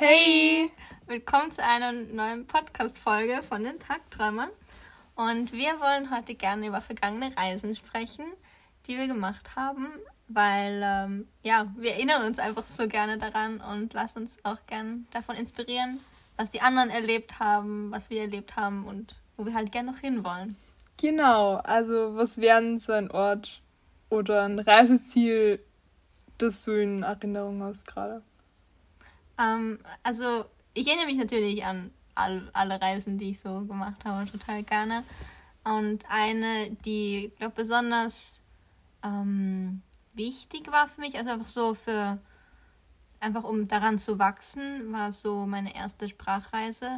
Hey! Willkommen zu einer neuen Podcast-Folge von den Tagträumern. Und wir wollen heute gerne über vergangene Reisen sprechen, die wir gemacht haben, weil wir erinnern uns einfach so gerne daran und lassen uns auch gerne davon inspirieren, was die anderen erlebt haben, was wir erlebt haben und wo wir halt gerne noch hinwollen. Genau, also was wäre denn so ein Ort oder ein Reiseziel, das du in Erinnerung hast gerade? Also ich erinnere mich natürlich an alle Reisen, die ich so gemacht habe, total gerne. Und eine, die, ich glaube, besonders wichtig war für mich, also einfach um daran zu wachsen, war so meine erste Sprachreise.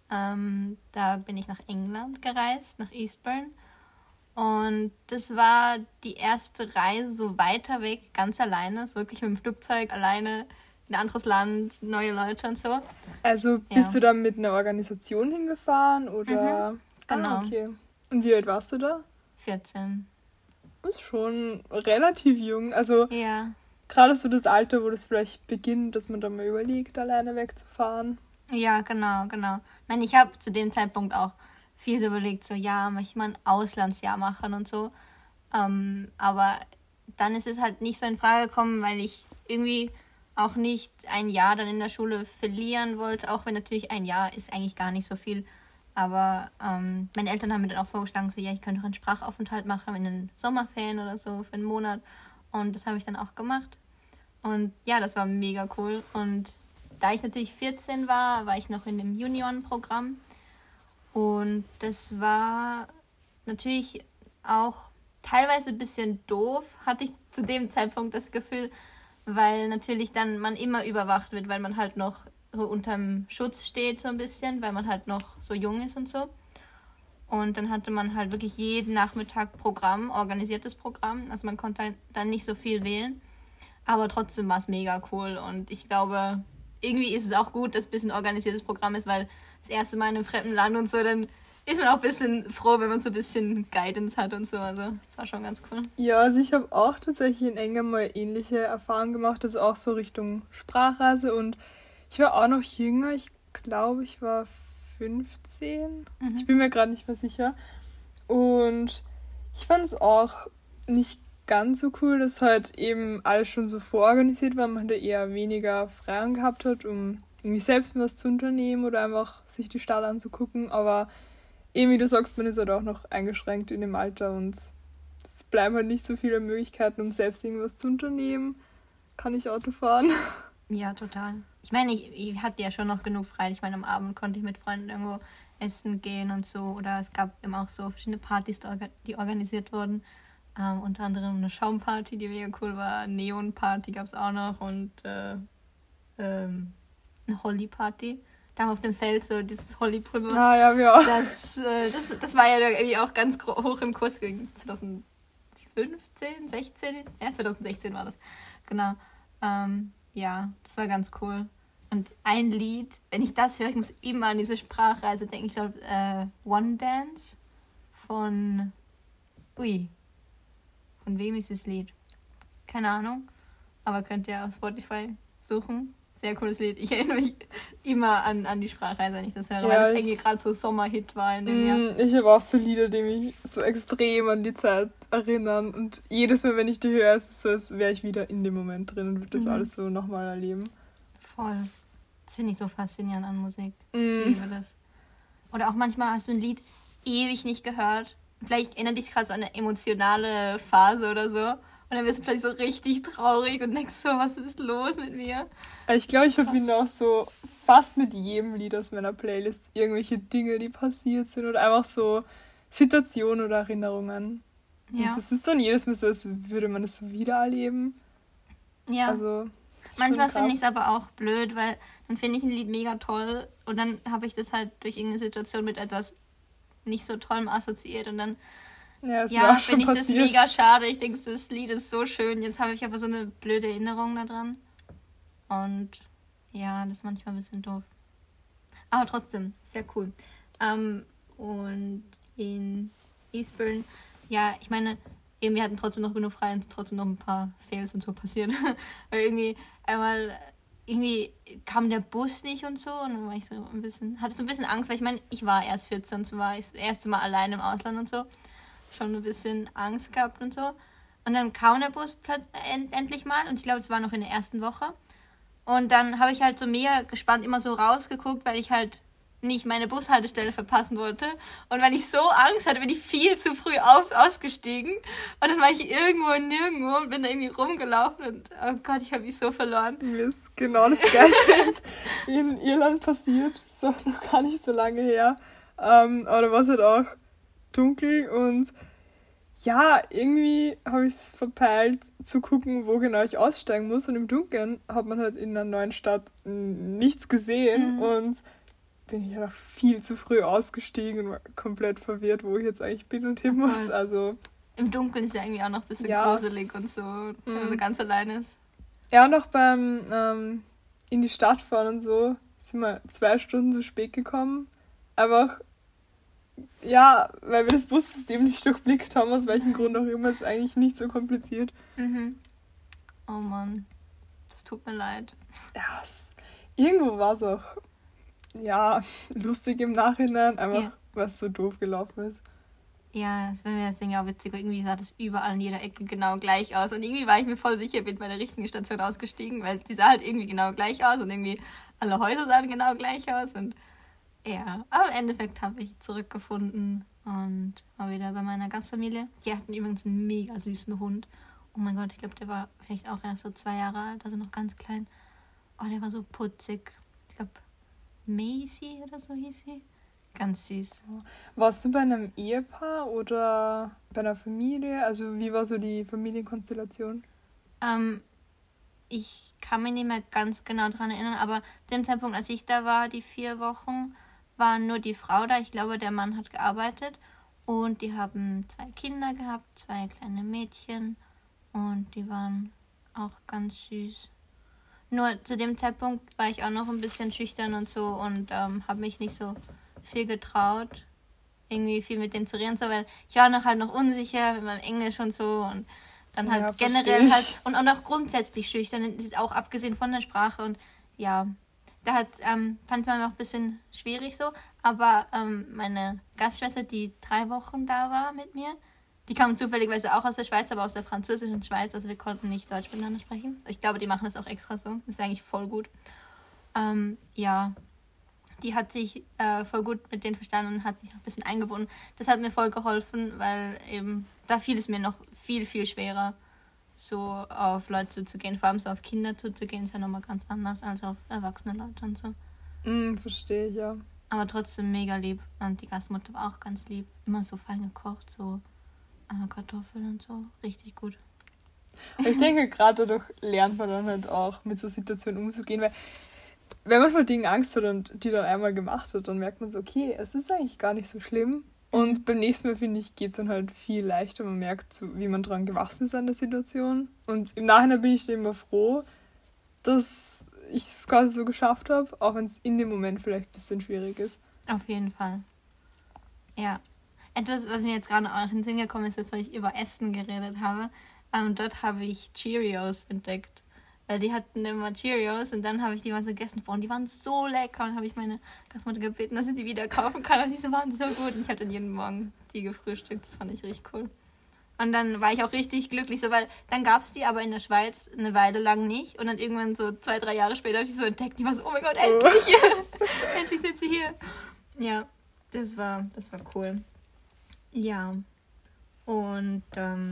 Da bin ich nach England gereist, nach Eastbourne. Und das war die erste Reise so weiter weg, ganz alleine, so wirklich mit dem Flugzeug alleine in ein anderes Land, neue Leute und so. Also bist du da mit einer Organisation hingefahren oder? Genau. Ah, okay. Und wie alt warst du da? 14. Das ist schon relativ jung. Also ja. Gerade so das Alter, wo das vielleicht beginnt, dass man da mal überlegt, alleine wegzufahren. Ja, genau. Ich habe zu dem Zeitpunkt auch viel so überlegt, so möchte ich mal ein Auslandsjahr machen und so. Aber dann ist es halt nicht so in Frage gekommen, weil ich irgendwie auch nicht ein Jahr dann in der Schule verlieren wollte, auch wenn natürlich ein Jahr ist eigentlich gar nicht so viel. Aber meine Eltern haben mir dann auch vorgeschlagen, so ich könnte doch einen Sprachaufenthalt machen in den Sommerferien oder so für einen Monat. Und das habe ich dann auch gemacht. Und ja, das war mega cool. Und da ich natürlich 14 war ich noch in dem Juniorenprogramm. Und das war natürlich auch teilweise ein bisschen doof, hatte ich zu dem Zeitpunkt das Gefühl, weil natürlich dann man immer überwacht wird, weil man halt noch so unterm Schutz steht so ein bisschen, weil man halt noch so jung ist und so. Und dann hatte man halt wirklich jeden Nachmittag Programm, organisiertes Programm. Also man konnte dann nicht so viel wählen. Aber trotzdem war es mega cool. Und ich glaube, irgendwie ist es auch gut, dass es ein bisschen organisiertes Programm ist, weil das erste Mal in einem fremden Land und so, dann ist man auch ein bisschen froh, wenn man so ein bisschen Guidance hat und so. Also das war schon ganz cool. Ja, also ich habe auch tatsächlich in England mal ähnliche Erfahrungen gemacht. Das ist auch so Richtung Sprachreise. Und ich war auch noch jünger. Ich glaube, ich war 15. Ich bin mir gerade nicht mehr sicher. Und ich fand es auch nicht ganz so cool, dass halt eben alles schon so vororganisiert war. Man halt eher weniger Freiraum gehabt hat, um irgendwie selbst was zu unternehmen oder einfach sich die Stadt anzugucken. Aber eben wie du sagst, man ist halt auch noch eingeschränkt in dem Alter und es bleiben halt nicht so viele Möglichkeiten, um selbst irgendwas zu unternehmen. Kann ich Auto fahren? Ja, total. Ich meine, ich hatte ja schon noch genug frei. Ich meine, am Abend konnte ich mit Freunden irgendwo essen gehen und so. Oder es gab eben auch so verschiedene Partys, die organisiert wurden. Unter anderem eine Schaumparty, die mega cool war. Neon-Party gab es auch noch und eine Holly-Party. Da haben wir auf dem Feld so dieses Holly-Pulver. Ah, ja. Das war ja irgendwie auch ganz hoch im Kurs gegangen. 2015, 16? Ja, 2016 war das. Genau. Das war ganz cool. Und ein Lied, wenn ich das höre, ich muss immer an diese Sprachreise denken. Ich glaube, One Dance von... Von wem ist das Lied? Keine Ahnung. Aber könnt ihr auf Spotify suchen. Sehr cooles Lied. Ich erinnere mich immer an die Sprachreise, wenn ich das höre, weil das irgendwie gerade so Sommerhit war in dem Jahr. Ich habe auch so Lieder, die mich so extrem an die Zeit erinnern. Und jedes Mal, wenn ich die höre, ist es so, als wäre ich wieder in dem Moment drin und würde das alles so nochmal erleben. Voll. Das finde ich so faszinierend an Musik. Ich liebe das. Oder auch manchmal hast du ein Lied ewig nicht gehört. Vielleicht erinnert dich gerade so an eine emotionale Phase oder so. Und dann wirst du plötzlich so richtig traurig und denkst so, was ist los mit mir? Ich glaube, ich habe noch so fast mit jedem Lied aus meiner Playlist irgendwelche Dinge, die passiert sind oder einfach so Situationen oder Erinnerungen. Ja. Und das ist dann jedes Mal so, als würde man es so wieder erleben. Ja. Also, manchmal finde ich es aber auch blöd, weil dann finde ich ein Lied mega toll und dann habe ich das halt durch irgendeine Situation mit etwas nicht so Tollem assoziiert und dann finde ich das mega schade. Ich denke, das Lied ist so schön. Jetzt habe ich aber so eine blöde Erinnerung daran. Und ja, das ist manchmal ein bisschen doof. Aber trotzdem, sehr cool. Und in Eastbourne, ich meine, wir hatten trotzdem noch genug frei und trotzdem noch ein paar Fails und so passiert. Weil irgendwie einmal irgendwie kam der Bus nicht und so. Und dann war ich so hatte so ein bisschen Angst, weil ich meine, ich war erst 14, so war ich das erste Mal allein im Ausland und so. Schon ein bisschen Angst gehabt und so. Und dann kam der Bus endlich mal und ich glaube, es war noch in der ersten Woche. Und dann habe ich halt so mega gespannt immer so rausgeguckt, weil ich halt nicht meine Bushaltestelle verpassen wollte. Und weil ich so Angst hatte, bin ich viel zu früh ausgestiegen. Und dann war ich irgendwo und nirgendwo und bin da irgendwie rumgelaufen. Und oh Gott, ich habe mich so verloren. Mir ist genau das Gleiche in Irland passiert. So noch gar nicht so lange her. Aber da war es halt auch dunkel und ja, irgendwie habe ich es verpeilt zu gucken, wo genau ich aussteigen muss. Und im Dunkeln hat man halt in einer neuen Stadt nichts gesehen und bin ich ja noch viel zu früh ausgestiegen und war komplett verwirrt, wo ich jetzt eigentlich bin und hin muss. Also im Dunkeln ist ja irgendwie auch noch ein bisschen gruselig und so, wenn man so ganz allein ist. Ja, und auch beim in die Stadt fahren und so sind wir 2 Stunden zu spät gekommen. Einfach, ja, weil wir das Bussystem nicht durchblickt haben, aus welchem Grund auch immer, ist eigentlich nicht so kompliziert. Oh Mann, das tut mir leid. Ja, irgendwo war es auch lustig im Nachhinein, einfach was so doof gelaufen ist. Ja, das wäre mir das Ding auch witzig. Irgendwie sah das überall an jeder Ecke genau gleich aus. Und irgendwie war ich mir voll sicher, bin bei der richtigen Station ausgestiegen, weil die sah halt irgendwie genau gleich aus und irgendwie alle Häuser sahen genau gleich aus. Und ja, aber im Endeffekt habe ich zurückgefunden und war wieder bei meiner Gastfamilie. Die hatten übrigens einen mega süßen Hund. Oh mein Gott, ich glaube, der war vielleicht auch erst so 2 Jahre alt, also noch ganz klein. Oh, der war so putzig. Ich glaube, Maisie oder so hieß sie. Ganz süß. Warst du bei einem Ehepaar oder bei einer Familie? Also wie war so die Familienkonstellation? Ich kann mich nicht mehr ganz genau daran erinnern, aber zu dem Zeitpunkt, als ich da war, die 4 Wochen, war nur die Frau da. Ich glaube, der Mann hat gearbeitet und die haben 2 Kinder gehabt, 2 kleine Mädchen und die waren auch ganz süß. Nur zu dem Zeitpunkt war ich auch noch ein bisschen schüchtern und so und habe mich nicht so viel getraut, irgendwie viel mit denen zu reden, so, weil ich war noch unsicher mit meinem Englisch und so und dann halt generell halt und auch grundsätzlich schüchtern, auch abgesehen von der Sprache und ja, da fand man noch ein bisschen schwierig so, aber meine Gastschwester, die 3 Wochen da war mit mir, die kam zufälligerweise auch aus der Schweiz, aber aus der französischen Schweiz, also wir konnten nicht Deutsch miteinander sprechen. Ich glaube, die machen das auch extra so, das ist eigentlich voll gut. Ja, die hat sich voll gut mit denen verstanden und hat mich ein bisschen eingebunden. Das hat mir voll geholfen, weil eben da fiel es mir noch viel, viel schwerer, so auf Leute zuzugehen. Vor allem so auf Kinder zuzugehen, ist ja nochmal ganz anders als auf erwachsene Leute und so. Verstehe ich, ja. Aber trotzdem mega lieb. Und die Gastmutter war auch ganz lieb. Immer so fein gekocht, so Kartoffeln und so. Richtig gut. Ich denke, gerade dadurch lernt man dann halt auch, mit so Situationen umzugehen, weil wenn man vor Dingen Angst hat und die dann einmal gemacht hat, dann merkt man so, okay, es ist eigentlich gar nicht so schlimm. Und beim nächsten Mal, finde ich, geht es dann halt viel leichter. Man merkt, so, wie man dran gewachsen ist an der Situation. Und im Nachhinein bin ich dann immer froh, dass ich es quasi so geschafft habe, auch wenn es in dem Moment vielleicht ein bisschen schwierig ist. Auf jeden Fall. Ja. Etwas, was mir jetzt gerade auch in den Sinn gekommen ist, ist, weil ich über Essen geredet habe. Dort habe ich Cheerios entdeckt. Weil die hatten immer Cheerios und dann habe ich die mal so gegessen und die waren so lecker und habe ich meine Gastmutter gebeten, dass sie die wieder kaufen kann und diese waren so gut und ich habe dann jeden Morgen die gefrühstückt, das fand ich richtig cool. Und dann war ich auch richtig glücklich, so, weil dann gab es die aber in der Schweiz eine Weile lang nicht und dann irgendwann so 2-3 Jahre später habe ich die so entdeckt, die war so, oh mein Gott, endlich! Endlich sind sie hier! Ja, das war cool. Ja, und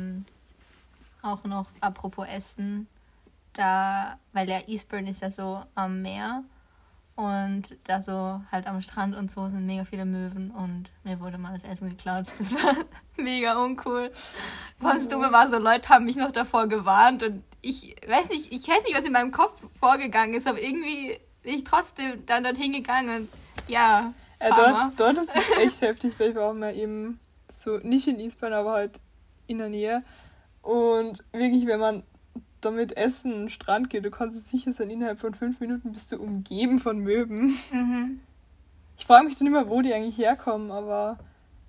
auch noch apropos Essen, da, weil ja Eastbourne ist ja so am Meer und da so halt am Strand und so sind mega viele Möwen und mir wurde mal das Essen geklaut. Das war mega uncool. Was Dumme war, so Leute haben mich noch davor gewarnt und ich weiß nicht, was in meinem Kopf vorgegangen ist, aber irgendwie bin ich trotzdem dann dorthin gegangen und ja, dort ist es echt heftig, weil ich war auch mal eben so, nicht in Eastbourne, aber halt in der Nähe und wirklich, wenn man damit Essen an den Strand geht, du kannst es sicher sein, innerhalb von 5 Minuten bist du umgeben von Möwen. Ich frage mich dann immer, wo die eigentlich herkommen, aber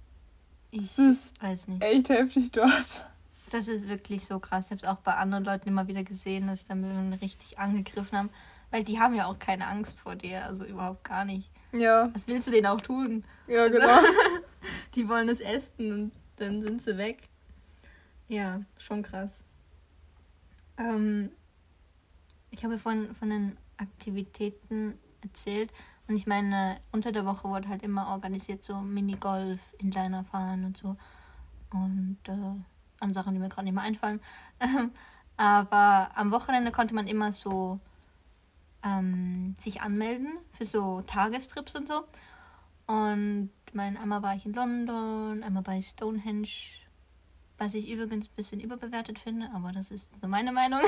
es ist weiß nicht. Echt heftig dort. Das ist wirklich so krass. Ich habe es auch bei anderen Leuten immer wieder gesehen, dass da Möwen richtig angegriffen haben. Weil die haben ja auch keine Angst vor dir, also überhaupt gar nicht. Ja. Was willst du denen auch tun? Ja, Also, genau. die wollen es essen und dann sind sie weg. Ja, schon krass. Ich habe von den Aktivitäten erzählt und ich meine, unter der Woche wurde halt immer organisiert, so Minigolf, Inliner fahren und so. Und an Sachen, die mir gerade nicht mehr einfallen. Aber am Wochenende konnte man immer so sich anmelden für so Tagestrips und so. Und einmal war ich in London, einmal bei Stonehenge, was ich übrigens ein bisschen überbewertet finde, aber das ist nur meine Meinung.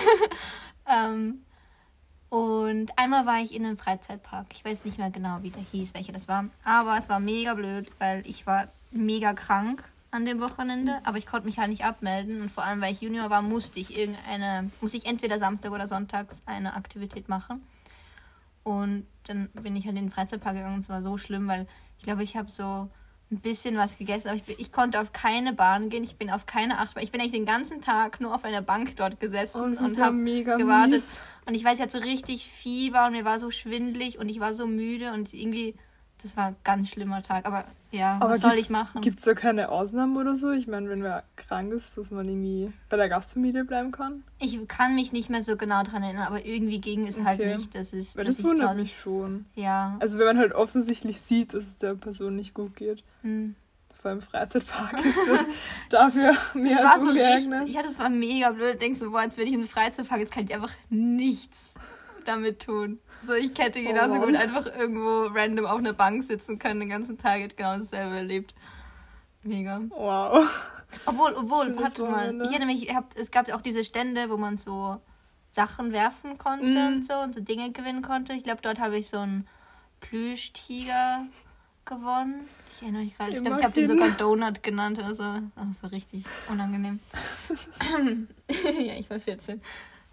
Und einmal war ich in einem Freizeitpark. Ich weiß nicht mehr genau, wie der hieß, welcher das war. Aber es war mega blöd, weil ich war mega krank an dem Wochenende, aber ich konnte mich halt nicht abmelden. Und vor allem, weil ich Junior war, musste ich entweder Samstag oder Sonntags eine Aktivität machen. Und dann bin ich halt in den Freizeitpark gegangen und es war so schlimm, weil ich glaube, ich habe so ein bisschen was gegessen, aber ich konnte auf keine Bahn gehen, ich bin auf keine Achterbahn. Ich bin eigentlich den ganzen Tag nur auf einer Bank dort gesessen und habe gewartet. Mies. Und ich weiß, ich hatte so richtig Fieber und mir war so schwindelig und ich war so müde und irgendwie, das war ein ganz schlimmer Tag. Aber ja, aber was soll ich machen? Gibt es da keine Ausnahmen oder so? Ich meine, wenn wer krank ist, dass man irgendwie bei der Gastfamilie bleiben kann? Ich kann mich nicht mehr so genau dran erinnern, aber irgendwie ging es halt nicht. Das wundert mich schon. Ja. Also wenn man halt offensichtlich sieht, dass es der Person nicht gut geht. Vor allem Freizeitpark ist dafür mehr als ungeeignet. Ja, das war mega blöd. Du denkst so, boah, jetzt bin ich in den Freizeitpark, jetzt kann ich einfach nichts damit tun. So, ich hätte genauso gut einfach irgendwo random auf einer Bank sitzen können, den ganzen Tag, hätte genau dasselbe erlebt. Mega. Wow. Obwohl, warte mal. Es gab auch diese Stände, wo man so Sachen werfen konnte und so Dinge gewinnen konnte. Ich glaube, dort habe ich so einen Plüschtiger gewonnen. Ich erinnere mich gerade. Ich glaube, ich habe den sogar Donut genannt oder so. Ach, so richtig unangenehm. Ja, ich war 14.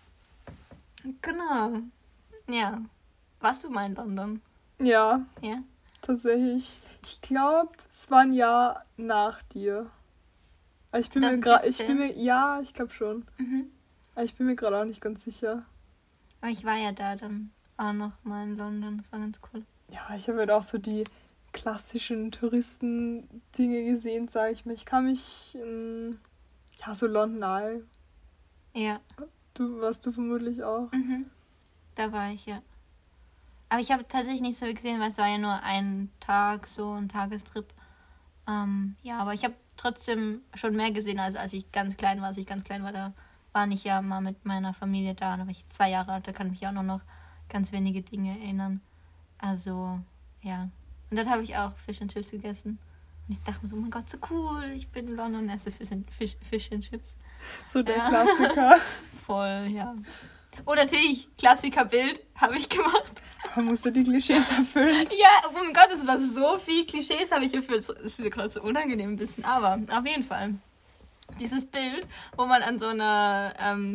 Genau. Ja. Warst du mal in London? Ja. Ja? Tatsächlich. Ich glaube, es war ein Jahr nach dir. Ich bin mir gerade... Ja, ich glaube schon. Aber ich bin mir gerade auch nicht ganz sicher. Aber ich war ja da dann auch noch mal in London. Das war ganz cool. Ja, ich habe halt auch so die klassischen Touristendinge gesehen, sage ich mal. Ich kann mich in... Ja, so London Eye. Ja. Warst du vermutlich auch? Da war ich, ja. Aber ich habe tatsächlich nicht so viel gesehen, weil es war ja nur ein Tag, so ein Tagestrip. Ja, aber ich habe trotzdem schon mehr gesehen, als ich ganz klein war. Als ich ganz klein war, da war ich ja mal mit meiner Familie da. Da war ich 2 Jahre alt, da kann ich mich auch noch ganz wenige Dinge erinnern. Also, ja. Und dort habe ich auch Fish and Chips gegessen. Und ich dachte mir so, oh mein Gott, so cool, ich bin in London und esse Fish and Chips. So der Klassiker. Voll, ja. Oh, natürlich, Klassikerbild habe ich gemacht. Man musste die Klischees erfüllen. Ja, oh mein Gott, es war so viel Klischees habe ich erfüllt. Das ist mir gerade so unangenehm ein bisschen. Aber auf jeden Fall. Dieses Bild, wo man an so einer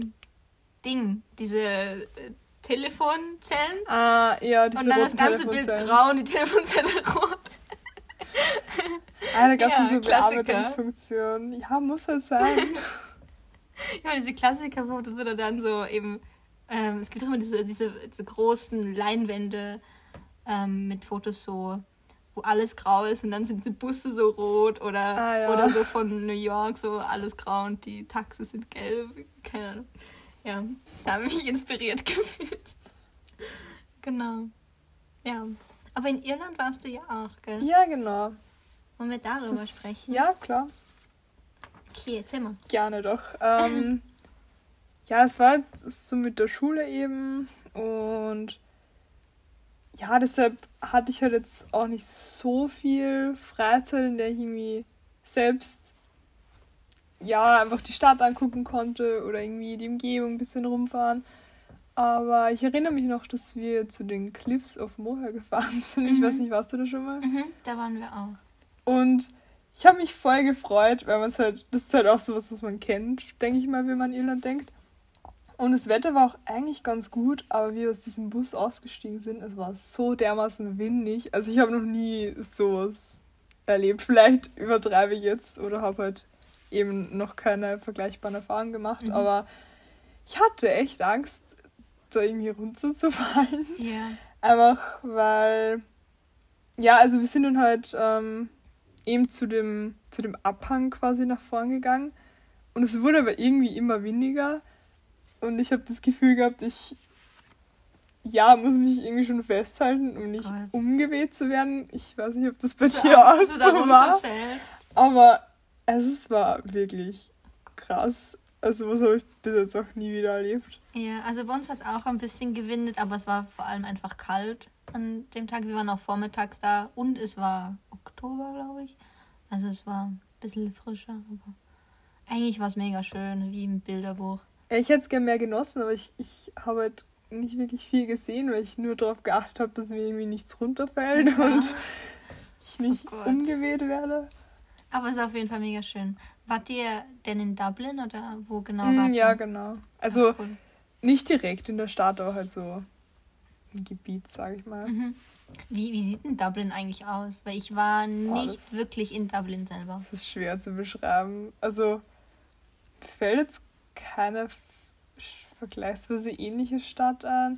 diese Telefonzellen. Ja, diese und dann das ganze Bild grau und die Telefonzelle rot. Da gab es so Bearbeitungsfunktionen. Ja, muss halt sein. Ja, diese Klassiker-Fotos oder dann so eben, es gibt immer diese großen Leinwände mit Fotos so, wo alles grau ist und dann sind die Busse so rot oder so von New York so alles grau und die Taxis sind gelb. Keine Ahnung. Ja, da habe ich mich inspiriert gefühlt. Genau. Ja. Aber in Irland warst du ja auch, gell? Ja, genau. Wollen wir darüber sprechen? Ja, klar. Okay, erzähl mal. Gerne doch. Ja, es war so mit der Schule eben und ja, deshalb hatte ich halt jetzt auch nicht so viel Freizeit, in der ich irgendwie selbst einfach die Stadt angucken konnte oder irgendwie die Umgebung ein bisschen rumfahren. Aber ich erinnere mich noch, dass wir zu den Cliffs of Moher gefahren sind. Ich weiß nicht, warst du da schon mal? Da waren wir auch. Und ich habe mich voll gefreut, weil das ist halt auch sowas, was man kennt, denke ich mal, wenn man an Irland denkt. Und das Wetter war auch eigentlich ganz gut, aber wie wir aus diesem Bus ausgestiegen sind, es war so dermaßen windig. Also ich habe noch nie sowas erlebt. Vielleicht übertreibe ich jetzt oder habe halt eben noch keine vergleichbaren Erfahrungen gemacht, aber ich hatte echt Angst, da irgendwie runterzufallen. Ja. Einfach weil, ja, also wir sind dann halt eben zu dem Abhang quasi nach vorn gegangen. Und es wurde aber irgendwie immer weniger. Und ich habe das Gefühl gehabt, ich muss mich irgendwie schon festhalten, um nicht umgeweht zu werden. Ich weiß nicht, ob das bei dir auch so war. Aber es war wirklich krass. Also was habe ich bis jetzt auch nie wieder erlebt. Ja, also bei uns hat es auch ein bisschen gewindet, aber es war vor allem einfach kalt an dem Tag. Wir waren auch vormittags da und es war Oktober, glaube ich. Also es war ein bisschen frischer, aber eigentlich war es mega schön, wie im Bilderbuch. Ja, ich hätte es gerne mehr genossen, aber ich habe halt nicht wirklich viel gesehen, weil ich nur darauf geachtet habe, dass mir irgendwie nichts runterfällt und ich nicht umgeweht werde. Aber es ist auf jeden Fall mega schön. Wart ihr denn in Dublin oder wo genau wart ihr? Ja, genau. Also cool. Nicht direkt in der Stadt, aber halt so ein Gebiet, sage ich mal. Mhm. Wie sieht denn Dublin eigentlich aus? Weil ich war nicht wirklich in Dublin selber. Das ist schwer zu beschreiben. Also fällt jetzt keine vergleichsweise ähnliche Stadt an.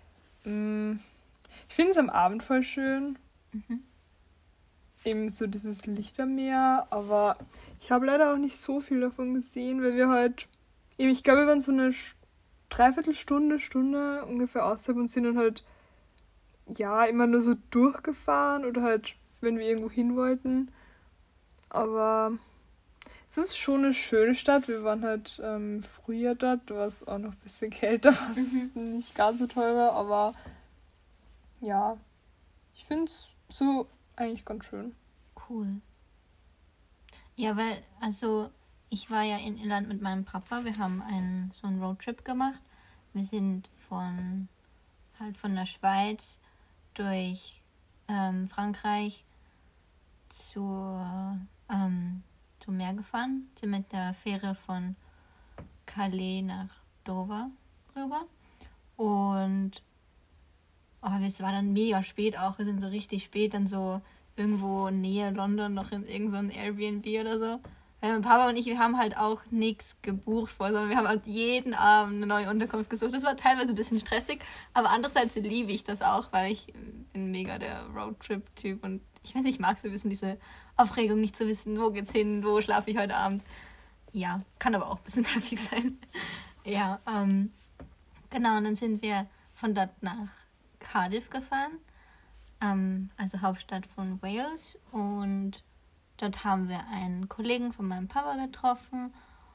Ich finde es am Abend voll schön. Mhm. Eben so dieses Lichtermeer, aber ich habe leider auch nicht so viel davon gesehen, weil wir halt, eben, ich glaube, wir waren so eine Dreiviertelstunde ungefähr außerhalb und sind dann halt, ja, immer nur so durchgefahren oder halt, wenn wir irgendwo hin wollten. Aber es ist schon eine schöne Stadt. Wir waren halt früher dort, da war es auch noch ein bisschen kälter, was nicht ganz so toll war, aber ja, ich finde es so eigentlich ganz schön. Cool. Ja, weil, also, ich war ja in Irland mit meinem Papa. Wir haben so einen Roadtrip gemacht. Wir sind von der Schweiz durch Frankreich zum Meer gefahren. Sind mit der Fähre von Calais nach Dover rüber. Und es war dann mega spät auch. Wir sind so richtig spät dann so irgendwo näher London noch in irgendein Airbnb oder so. Weil mein Papa und ich, wir haben halt auch nichts gebucht vorher, sondern wir haben halt jeden Abend eine neue Unterkunft gesucht. Das war teilweise ein bisschen stressig, aber andererseits liebe ich das auch, weil ich bin mega der Roadtrip-Typ und ich weiß nicht, ich mag so ein bisschen diese Aufregung, nicht zu wissen, wo geht's hin, wo schlafe ich heute Abend. Ja, kann aber auch ein bisschen nervig sein. Ja, genau, und dann sind wir von dort nach Cardiff gefahren, also Hauptstadt von Wales, und dort haben wir einen Kollegen von meinem Papa getroffen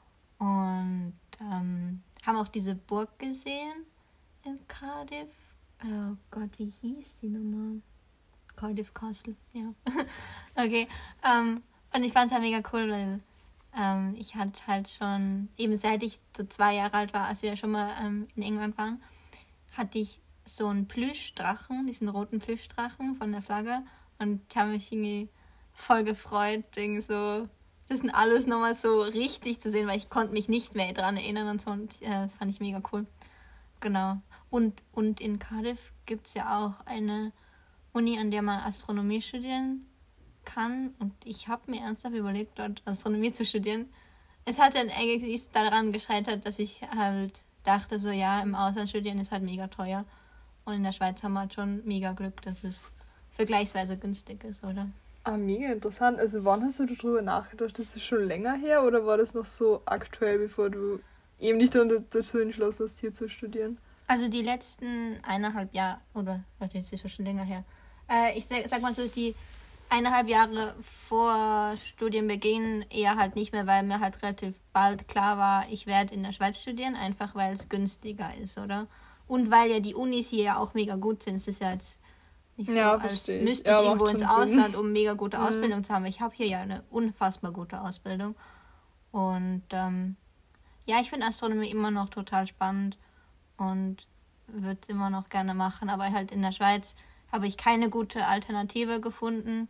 und haben auch diese Burg gesehen in Cardiff. Oh Gott, wie hieß die nochmal? Cardiff Castle, ja. Okay, und ich fand es halt mega cool, weil ich hatte halt schon, eben seit ich so 2 Jahre alt war, als wir schon mal in England waren, hatte ich so einen Plüschdrachen, diesen roten Plüschdrachen von der Flagge, und die haben mich irgendwie voll gefreut, irgendwie so, das sind alles nochmal so richtig zu sehen, weil ich konnte mich nicht mehr dran erinnern und so, und das fand ich mega cool. Genau. Und in Cardiff gibt es ja auch eine Uni, an der man Astronomie studieren kann, und ich habe mir ernsthaft überlegt, dort Astronomie zu studieren. Es hat dann eigentlich daran gescheitert, dass ich halt dachte, so ja, im Ausland studieren ist halt mega teuer, und in der Schweiz haben wir halt schon mega Glück, dass es vergleichsweise günstig ist, oder? Ah, mega interessant. Also wann hast du darüber nachgedacht? Ist das schon länger her oder war das noch so aktuell, bevor du eben dich dann dazu entschlossen hast, hier zu studieren? Also die letzten 1,5 Jahre, oder warte, das ist schon länger her. Ich sag mal so, die 1,5 Jahre vor Studienbeginn eher halt nicht mehr, weil mir halt relativ bald klar war, ich werde in der Schweiz studieren, einfach weil es günstiger ist, oder? Und weil ja die Unis hier ja auch mega gut sind. Es ist ja jetzt nicht so, als müsste ich irgendwo ins Ausland, um mega gute Ausbildung zu haben. Ich habe hier ja eine unfassbar gute Ausbildung. Und ja, ich finde Astronomie immer noch total spannend und würde es immer noch gerne machen. Aber halt in der Schweiz habe ich keine gute Alternative gefunden,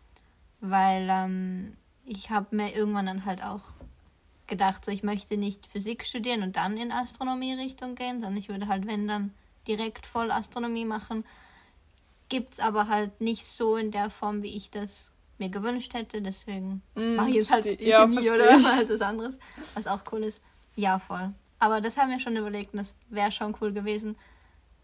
weil ich habe mir irgendwann dann halt auch gedacht, so ich möchte nicht Physik studieren und dann in Astronomie-Richtung gehen, sondern ich würde halt, wenn dann, direkt voll Astronomie machen. Gibt's aber halt nicht so in der Form, wie ich das mir gewünscht hätte, deswegen mache ich jetzt halt Chemie oder halt was anderes, was auch cool ist. Ja, voll. Aber das haben wir schon überlegt und das wäre schon cool gewesen.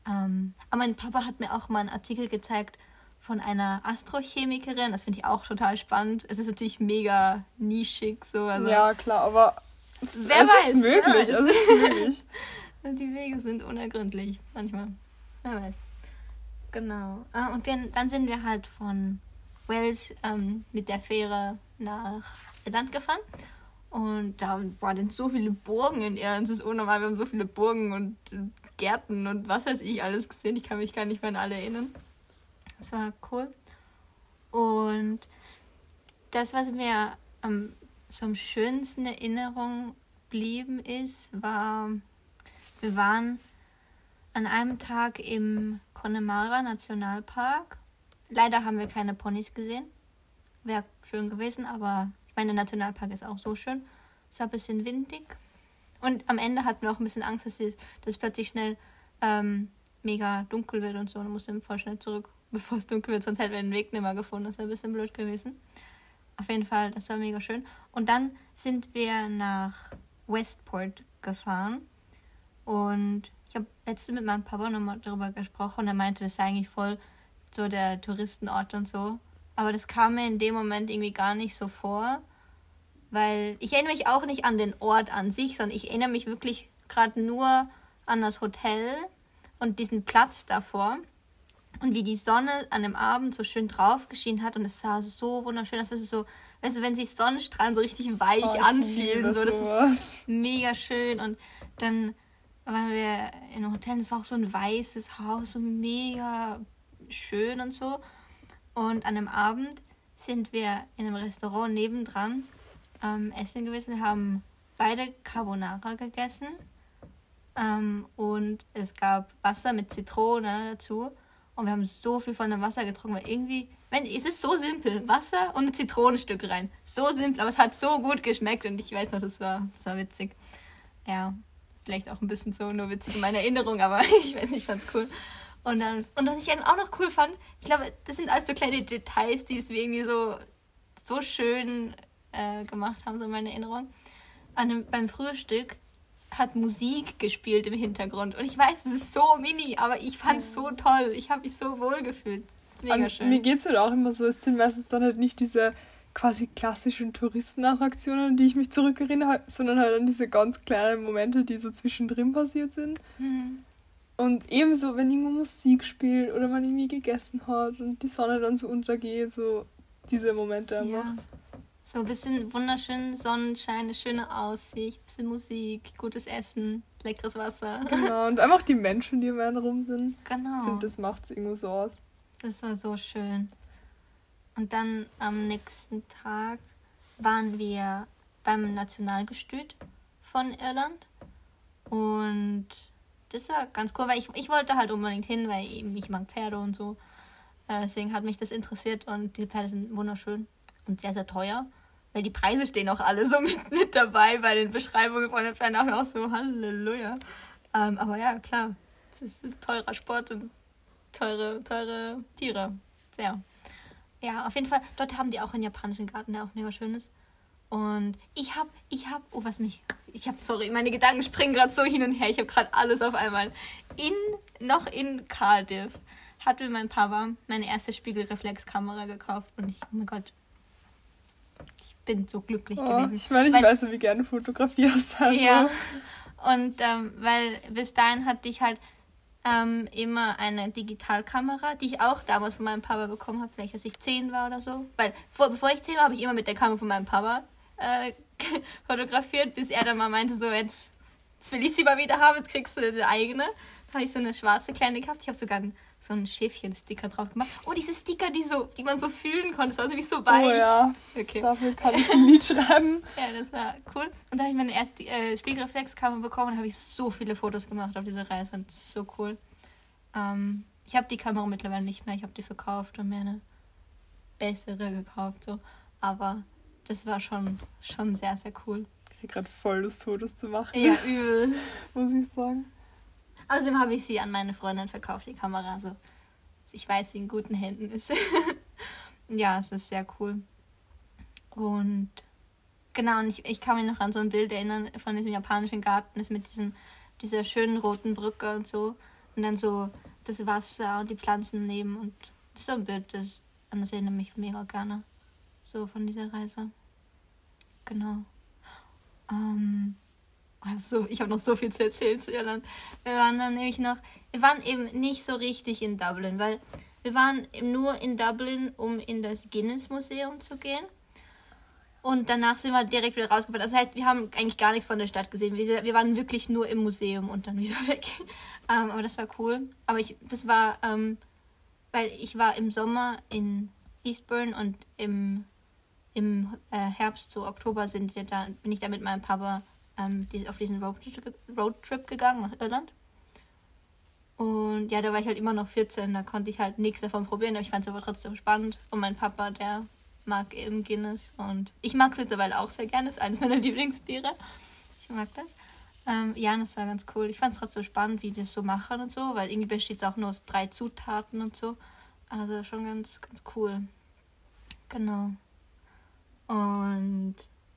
Aber mein Papa hat mir auch mal einen Artikel gezeigt von einer Astrochemikerin. Das finde ich auch total spannend. Es ist natürlich mega nischig so. Also ja, klar, aber es ist möglich. Es ist möglich. Die Wege sind unergründlich manchmal. Wer weiß. Genau. Und dann sind wir halt von Wales mit der Fähre nach Irland gefahren. Und da waren so viele Burgen in Irland. Das ist unnormal. Wir haben so viele Burgen und Gärten und was weiß ich alles gesehen. Ich kann mich gar nicht mehr an alle erinnern. Das war cool. Und das, was mir so am schönsten in Erinnerung geblieben ist, war, wir waren an einem Tag im Connemara Nationalpark. Leider haben wir keine Ponys gesehen. Wäre schön gewesen, aber ich meine, der Nationalpark ist auch so schön. Es war ein bisschen windig. Und am Ende hatten wir auch ein bisschen Angst, dass es plötzlich schnell mega dunkel wird und so. Und mussten voll schnell zurück, bevor es dunkel wird. Sonst hätten wir den Weg nicht mehr gefunden. Das wäre ein bisschen blöd gewesen. Auf jeden Fall, das war mega schön. Und dann sind wir nach Westport gefahren. Und ich habe letztens mit meinem Papa nochmal darüber gesprochen. Und er meinte, das sei eigentlich voll so der Touristenort und so. Aber das kam mir in dem Moment irgendwie gar nicht so vor. Weil ich erinnere mich auch nicht an den Ort an sich, sondern ich erinnere mich wirklich gerade nur an das Hotel und diesen Platz davor. Und wie die Sonne an dem Abend so schön drauf geschienen hat. Und es sah so wunderschön aus. So, weißt du, wenn sich Sonnenstrahlen so richtig weich anfühlen. So, das ist mega schön. Und dann waren wir in einem Hotel. Es war auch so ein weißes Haus. So mega schön und so. Und an dem Abend sind wir in einem Restaurant nebendran essen gewesen. Wir haben beide Carbonara gegessen. Und es gab Wasser mit Zitrone dazu. Und wir haben so viel von dem Wasser getrunken, weil irgendwie, es ist so simpel. Wasser und ein Zitronenstück rein. So simpel, aber es hat so gut geschmeckt und ich weiß noch, das war witzig. Ja, vielleicht auch ein bisschen so nur witzig in meiner Erinnerung, aber ich weiß nicht, ich fand's cool. Und was ich eben auch noch cool fand, ich glaube, das sind alles so kleine Details, die es mir irgendwie so schön gemacht haben, so in meiner Erinnerung. Beim Frühstück hat Musik gespielt im Hintergrund. Und ich weiß, es ist so mini, aber ich fand es so toll. Ich habe mich so wohl gefühlt. Mega schön. Mir geht es halt auch immer so, es sind meistens dann halt nicht diese quasi klassischen Touristenattraktionen, an die ich mich zurückerinnere, sondern halt an diese ganz kleinen Momente, die so zwischendrin passiert sind. Mhm. Und ebenso, wenn irgendwo Musik spielt oder man irgendwie gegessen hat und die Sonne dann so untergeht, so diese Momente einfach. Ja. So ein bisschen wunderschönen Sonnenschein, eine schöne Aussicht, ein bisschen Musik, gutes Essen, leckeres Wasser. Genau, und einfach die Menschen, die um einen rum sind. Genau. Ich finde, das macht es irgendwo so aus. Das war so schön. Und dann am nächsten Tag waren wir beim Nationalgestüt von Irland. Und das war ganz cool, weil ich wollte halt unbedingt hin, weil eben ich mag Pferde und so. Deswegen hat mich das interessiert und die Pferde sind wunderschön und sehr, sehr teuer. Weil die Preise stehen auch alle so mit dabei bei den Beschreibungen von den Pferden. Auch so, Halleluja. Aber ja, klar, es ist ein teurer Sport und teure Tiere. Sehr. Ja, auf jeden Fall, dort haben die auch einen japanischen Garten, der auch mega schön ist. Und sorry, meine Gedanken springen gerade so hin und her. Ich habe gerade alles auf einmal. Noch in Cardiff hat mir mein Papa meine erste Spiegelreflexkamera gekauft. Und oh mein Gott, ich bin so glücklich gewesen. Ich weiß ja, wie gerne du fotografierst. Also. Ja, und weil bis dahin hatte ich halt immer eine Digitalkamera, die ich auch damals von meinem Papa bekommen habe, vielleicht als ich 10 war oder so. Weil bevor ich 10 war, habe ich immer mit der Kamera von meinem Papa fotografiert, bis er dann mal meinte, so jetzt will ich sie mal wieder haben, jetzt kriegst du eine eigene. Dann habe ich so eine schwarze kleine gehabt. Ich habe sogar so einen Schäfchen-Sticker drauf gemacht. Oh, diese Sticker, die man so fühlen konnte, das war nämlich so weich. Oh ja, okay. Dafür kann ich ein Lied schreiben. Ja, das war cool. Und da habe ich meine erste Spiegelreflexkamera bekommen und habe ich so viele Fotos gemacht auf dieser Reise. Und das ist so cool. Ich habe die Kamera mittlerweile nicht mehr. Ich habe die verkauft und mir eine bessere gekauft. So. Aber das war schon sehr, sehr cool. Ich kriege gerade voll Lust, Fotos zu machen. Ja, übel. Muss ich sagen. Außerdem habe ich sie an meine Freundin verkauft, die Kamera. Also ich weiß, sie in guten Händen ist. Ja, es ist sehr cool. Und genau, und ich kann mich noch an so ein Bild erinnern von diesem japanischen Garten, das mit dieser schönen roten Brücke und so. Und dann so das Wasser und die Pflanzen daneben. Und das ist so ein Bild, an das erinnere mich mega gerne. So von dieser Reise. Genau. Ich habe noch so viel zu erzählen zu Irland. Wir waren eben nicht so richtig in Dublin, weil wir waren nur in Dublin, um in das Guinness-Museum zu gehen. Und danach sind wir direkt wieder rausgefahren. Das heißt, wir haben eigentlich gar nichts von der Stadt gesehen. Wir waren wirklich nur im Museum und dann wieder weg. Aber das war cool. Aber weil ich war im Sommer in Eastbourne und im Herbst, so Oktober, bin ich da mit meinem Papa auf diesen Roadtrip gegangen nach Irland. Und ja, da war ich halt immer noch 14, da konnte ich halt nichts davon probieren, aber ich fand es aber trotzdem spannend. Und mein Papa, der mag eben Guinness und ich mag es mittlerweile auch sehr gerne, das ist eines meiner Lieblingsbiere. Ich mag das. Ja, das war ganz cool. Ich fand es trotzdem spannend, wie die das so machen und so, weil irgendwie besteht es auch nur aus 3 Zutaten und so. Also schon ganz, ganz cool. Genau. Und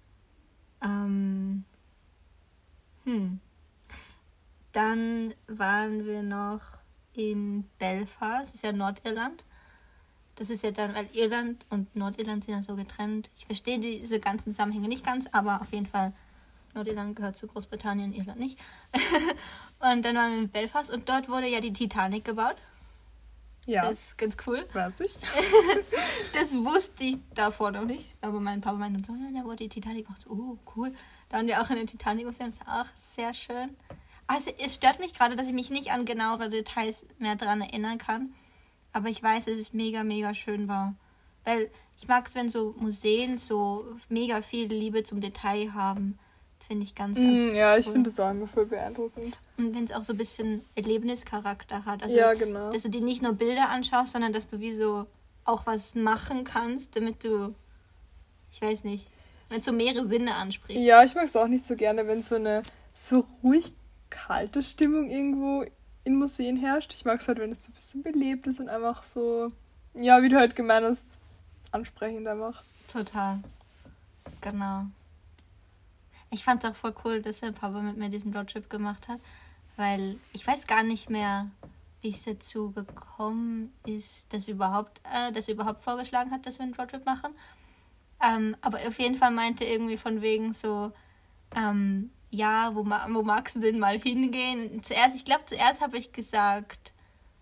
dann waren wir noch in Belfast, das ist ja Nordirland. Das ist ja dann, weil Irland und Nordirland sind ja so getrennt. Ich verstehe diese ganzen Zusammenhänge nicht ganz, aber auf jeden Fall, Nordirland gehört zu Großbritannien, Irland nicht. Und dann waren wir in Belfast und dort wurde ja die Titanic gebaut. Ja. Das ist ganz cool. Weiß ich. Das wusste ich davor noch nicht. Aber mein Papa meinte so, ja, da wurde die Titanic gemacht. So, oh, cool. Da haben wir auch eine Titanic gesehen. Das ist auch sehr schön. Also es stört mich gerade, dass ich mich nicht an genauere Details mehr daran erinnern kann. Aber ich weiß, dass es mega, mega schön war. Weil ich mag es, wenn so Museen so mega viel Liebe zum Detail haben. Das finde ich ganz, ganz cool. Ja, ich finde das auch immer voll beeindruckend. Und wenn es auch so ein bisschen Erlebnischarakter hat. Also, ja, genau. Dass du dir nicht nur Bilder anschaust, sondern dass du wie so auch was machen kannst, damit du, ich weiß nicht, wenn es so mehrere Sinne anspricht. Ja, ich mag es auch nicht so gerne, wenn so eine so ruhig kalte Stimmung irgendwo in Museen herrscht. Ich mag es halt, wenn es so ein bisschen belebt ist und einfach so, ja, wie du halt gemeint hast, ansprechend einfach. Total. Genau. Ich fand es auch voll cool, dass mein Papa mit mir diesen Roadtrip gemacht hat, weil ich weiß gar nicht mehr, wie es dazu gekommen ist, dass er überhaupt vorgeschlagen hat, dass wir einen Roadtrip machen. Aber auf jeden Fall meinte irgendwie von wegen so, ja, wo magst du denn mal hingehen? Zuerst habe ich gesagt,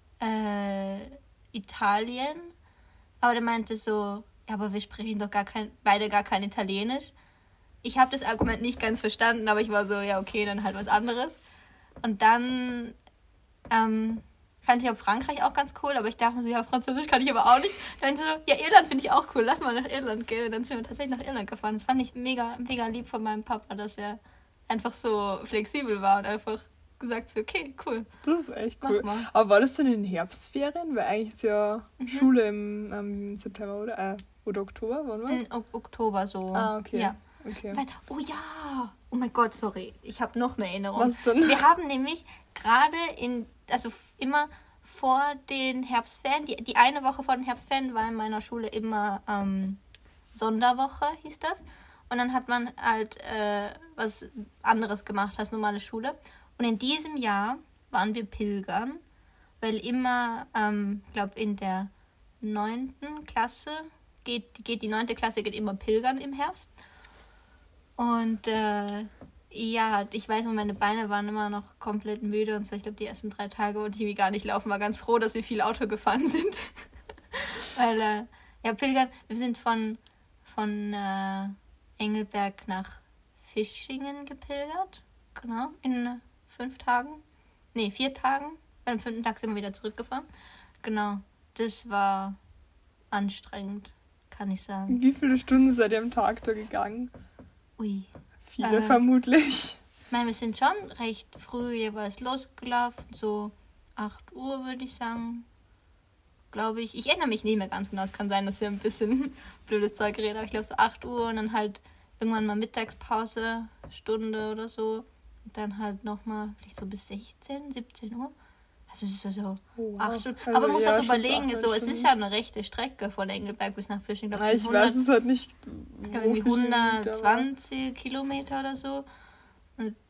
Italien. Aber der meinte so, ja, aber wir sprechen doch beide gar kein Italienisch. Ich habe das Argument nicht ganz verstanden, aber ich war so, ja, okay, dann halt was anderes. Und dann fand ich auch Frankreich auch ganz cool, aber ich dachte mir so, ja, Französisch kann ich aber auch nicht. Dann meinte so, ja, Irland finde ich auch cool, lass mal nach Irland gehen. Und dann sind wir tatsächlich nach Irland gefahren. Das fand ich mega, mega lieb von meinem Papa, dass er einfach so flexibel war und einfach gesagt so, okay, cool. Das ist echt cool. Aber war das dann in den Herbstferien? Weil eigentlich ist ja Schule im September oder Oktober, wann war das? Oktober so. Ah, okay. Ja. Okay. Oh ja, oh mein Gott, sorry, ich habe noch mehr Erinnerungen. Was denn? Wir haben nämlich gerade immer vor den Herbstferien, die eine Woche vor den Herbstferien war in meiner Schule immer Sonderwoche, hieß das. Und dann hat man halt was anderes gemacht als normale Schule. Und in diesem Jahr waren wir pilgern, weil immer, ich glaube in der 9. Klasse die 9. Klasse geht immer pilgern im Herbst. Und ja, ich weiß noch, meine Beine waren immer noch komplett müde und so. Ich glaube, die ersten 3 Tage wollte ich irgendwie gar nicht laufen. War ganz froh, dass wir viel Auto gefahren sind. Weil, ja, pilgern, wir sind von Engelberg nach Fischingen gepilgert. Genau, in 5 Tagen. Nee, 4 Tagen. Am 5. Tag sind wir wieder zurückgefahren. Genau, das war anstrengend, kann ich sagen. Wie viele Stunden seid ihr am Tag da gegangen? Ui. Viele vermutlich. Ich meine, wir sind schon recht früh jeweils losgelaufen, so 8 Uhr würde ich sagen, glaube ich. Ich erinnere mich nicht mehr ganz genau, es kann sein, dass wir ein bisschen blödes Zeug reden, aber ich glaube so 8 Uhr und dann halt irgendwann mal Mittagspause, Stunde oder so. Und dann halt nochmal vielleicht so bis 16, 17 Uhr. Also es ist so 8 Stunden. Also, aber man muss auch überlegen, so, es ist ja eine rechte Strecke von Engelberg bis nach Fisching. Ich weiß es halt nicht. Irgendwie 120 Kilometer oder so. Und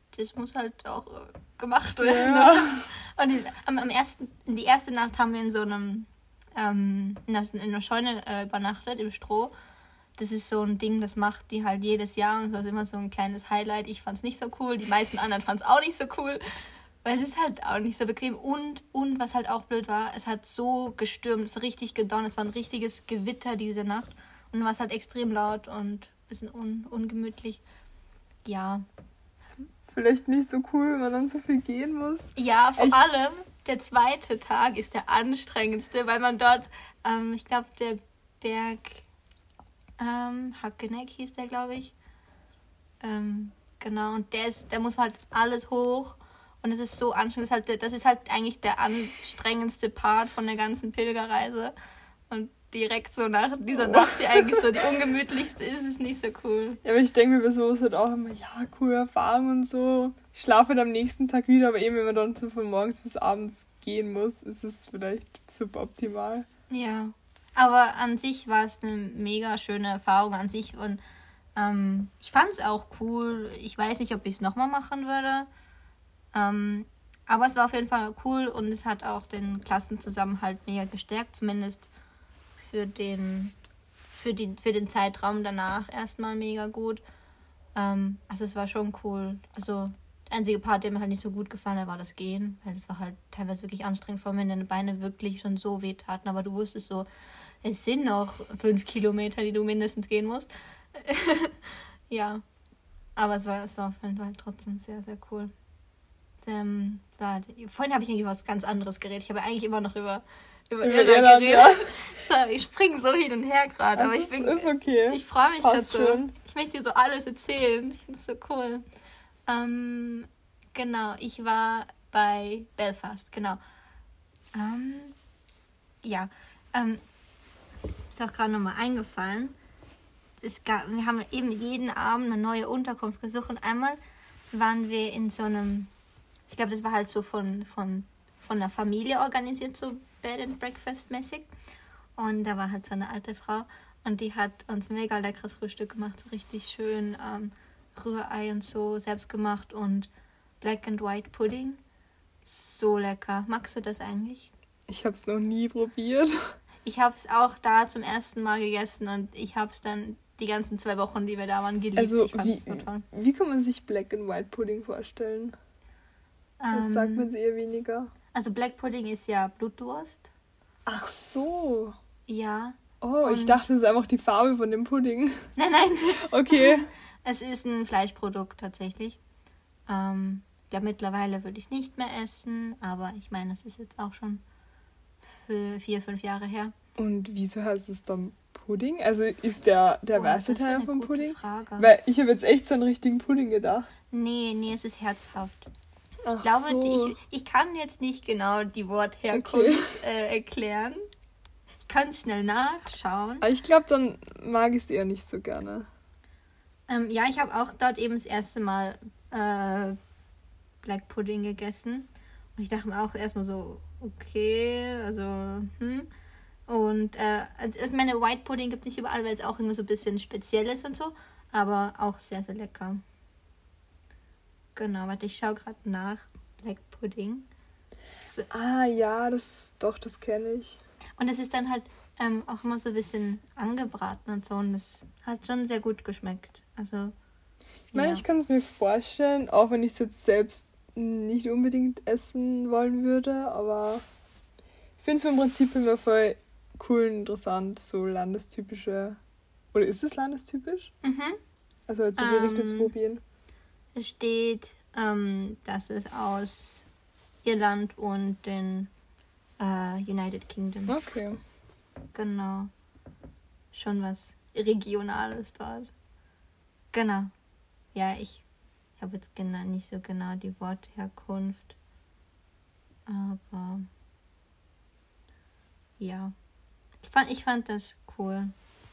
das muss halt auch gemacht werden. Ja. Und die erste Nacht haben wir in so einem, in einer Scheune übernachtet, im Stroh. Das ist so ein Ding, das macht die halt jedes Jahr und das ist immer so ein kleines Highlight. Ich fand's nicht so cool, die meisten anderen fanden es auch nicht so cool, weil es ist halt auch nicht so bequem. Und was halt auch blöd war, es hat so gestürmt, es hat richtig gedonnert, es war ein richtiges Gewitter diese Nacht und war es halt extrem laut und ein bisschen ungemütlich. Ja. Vielleicht nicht so cool, wenn man dann so viel gehen muss. Ja, vor allem der zweite Tag ist der anstrengendste, weil man dort, ich glaube, der Berg Hackeneck hieß der, glaube ich. Genau, und der muss halt alles hoch und es ist so anstrengend. Das ist halt eigentlich der anstrengendste Part von der ganzen Pilgerreise. Und direkt so nach dieser Nacht, die eigentlich so die ungemütlichste ist, ist nicht so cool. Ja, aber ich denke mir bei sowas halt auch immer, ja, coole Erfahrung und so. Ich schlafe dann am nächsten Tag wieder, aber eben, wenn man dann so von morgens bis abends gehen muss, ist es vielleicht super optimal. Ja, aber an sich war es eine mega schöne Erfahrung an sich und ich fand es auch cool. Ich weiß nicht, ob ich es nochmal machen würde, aber es war auf jeden Fall cool und es hat auch den Klassenzusammenhalt mega gestärkt, zumindest für den Zeitraum danach erstmal mega gut. Also es war schon cool. Also der einzige Part, der mir halt nicht so gut gefallen hat, war das Gehen, weil das war halt teilweise wirklich anstrengend, vor allem wenn deine Beine wirklich schon so weh taten, aber du wusstest so, es sind noch 5 Kilometer, die du mindestens gehen musst. Ja, aber es war auf jeden Fall trotzdem sehr, sehr cool. Vorhin habe ich eigentlich über was ganz anderes geredet. Ich habe eigentlich immer noch über Irland geredet. Ja. So, ich springe so hin und her gerade, aber ist okay. Ich freue mich dazu. Ich möchte dir so alles erzählen. Ich finde es so cool. Genau, ich war bei Belfast, genau. Ist auch gerade nochmal eingefallen. Wir haben eben jeden Abend eine neue Unterkunft gesucht und einmal waren wir in so einem, ich glaube, das war halt so von der Familie organisiert, so Bed and Breakfast mäßig. Und da war halt so eine alte Frau und die hat uns mega leckeres Frühstück gemacht, so richtig schön Rührei und so selbst gemacht und Black and White Pudding. So lecker. Magst du das eigentlich? Ich habe es noch nie probiert. Ich habe es auch da zum ersten Mal gegessen und ich habe es dann die ganzen 2 Wochen, die wir da waren, geliebt. Also ich fand es so toll. Wie kann man sich Black and White Pudding vorstellen? Das sagt man eher weniger. Also Black Pudding ist ja Blutwurst. Ach so. Ja. Oh, ich dachte, es ist einfach die Farbe von dem Pudding. Nein. Okay. Es ist ein Fleischprodukt tatsächlich. Ich glaube, mittlerweile würde ich es nicht mehr essen, aber ich meine, das ist jetzt auch schon für 4-5 Jahre her. Und wieso heißt es dann Pudding? Also ist der weiße Teil vom Pudding? Frage. Weil ich habe jetzt echt so einen richtigen Pudding gedacht. Nee, es ist herzhaft. Ach ich glaube, so. ich kann jetzt nicht genau die Wortherkunft erklären. Ich kann es schnell nachschauen. Aber ich glaube, dann mag ich es eher nicht so gerne. Ja, ich habe auch dort eben das erste Mal Black Pudding gegessen. Und ich dachte mir auch erstmal so, okay, also, Und ich meine, White Pudding gibt es nicht überall, weil es auch irgendwie so ein bisschen speziell ist und so. Aber auch sehr, sehr lecker. Genau, warte, ich schaue gerade nach. Black Pudding. So. Ah ja, das kenne ich. Und es ist dann halt auch immer so ein bisschen angebraten und so. Und das hat schon sehr gut geschmeckt. Also, ich meine, ich kann es mir vorstellen, auch wenn ich es jetzt selbst nicht unbedingt essen wollen würde. Aber ich finde es vom Prinzip immer voll cool und interessant, so landestypische... Oder ist es landestypisch? Mhm. Also halt so Gerichte zu probieren. Es steht, dass es aus Irland und den United Kingdom. Okay. Genau. Schon was Regionales dort. Genau. Ja, ich habe jetzt nicht so genau die Wortherkunft. Aber ja. Ich fand das cool.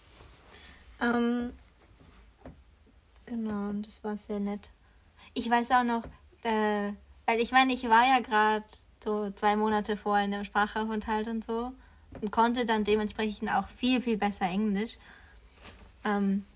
Genau, und das war sehr nett. Ich weiß auch noch, weil ich meine, ich war ja gerade so 2 Monate vorher in dem Sprachaufenthalt und so und konnte dann dementsprechend auch viel, viel besser Englisch.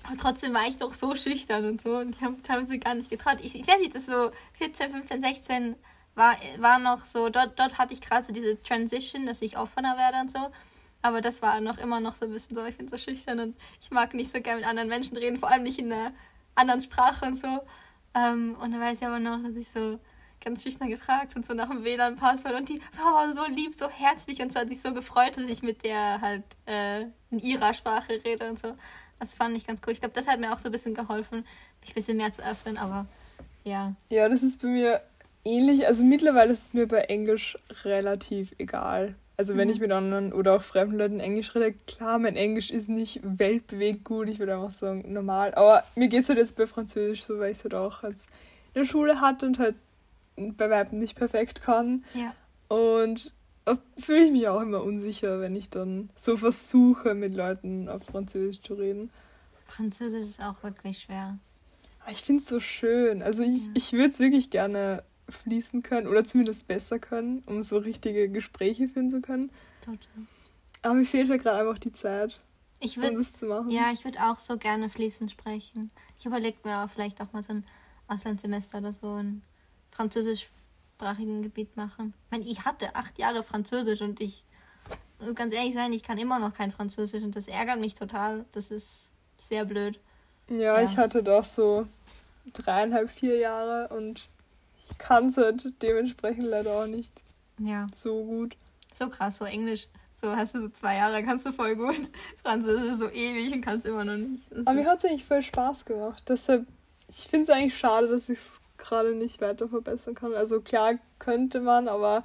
Aber trotzdem war ich doch so schüchtern und so und ich habe teilweise gar nicht getraut. Ich weiß nicht, das so 14, 15, 16 war noch so, dort hatte ich gerade so diese Transition, dass ich offener werde und so. Aber das war immer noch so ein bisschen so, ich bin so schüchtern und ich mag nicht so gerne mit anderen Menschen reden, vor allem nicht in einer anderen Sprache und so. Und dann weiß ich aber noch, dass ich so ganz schüchtern gefragt und so nach dem WLAN-Passwort und die war so lieb, so herzlich und so hat sich so gefreut, dass ich mit der halt in ihrer Sprache rede und so. Das fand ich ganz cool. Ich glaube, das hat mir auch so ein bisschen geholfen, mich ein bisschen mehr zu öffnen, aber ja. Ja, das ist bei mir ähnlich. Also mittlerweile ist es mir bei Englisch relativ egal. Also wenn ich mit anderen oder auch fremden Leuten Englisch rede, klar, mein Englisch ist nicht weltbewegend gut, ich würde einfach sagen, normal. Aber mir geht es halt jetzt bei Französisch so, weil ich es halt auch als in der Schule hatte und halt bei Weitem nicht perfekt kann. Ja. Und da fühle ich mich auch immer unsicher, wenn ich dann so versuche, mit Leuten auf Französisch zu reden. Französisch ist auch wirklich schwer. Aber ich finde es so schön. Also ich würde es wirklich gerne fließen können oder zumindest besser können, um so richtige Gespräche führen zu können. Total. Aber mir fehlt ja gerade einfach die Zeit, um das zu machen. Ja, ich würde auch so gerne fließend sprechen. Ich überlege mir aber vielleicht auch mal so ein Auslandssemester oder so in französischsprachigen Gebiet machen. Ich meine, ich hatte 8 Jahre Französisch und ganz ehrlich sein, ich kann immer noch kein Französisch und das ärgert mich total. Das ist sehr blöd. Ja, ich hatte doch so 3,5, 4 Jahre und ich kann es halt dementsprechend leider auch nicht so gut. So krass, so Englisch, so hast du so 2 Jahre, kannst du voll gut. Französisch so ewig und kannst immer noch nicht. Aber mir hat es eigentlich voll Spaß gemacht. Deshalb, ich finde es eigentlich schade, dass ich es gerade nicht weiter verbessern kann. Also klar könnte man, aber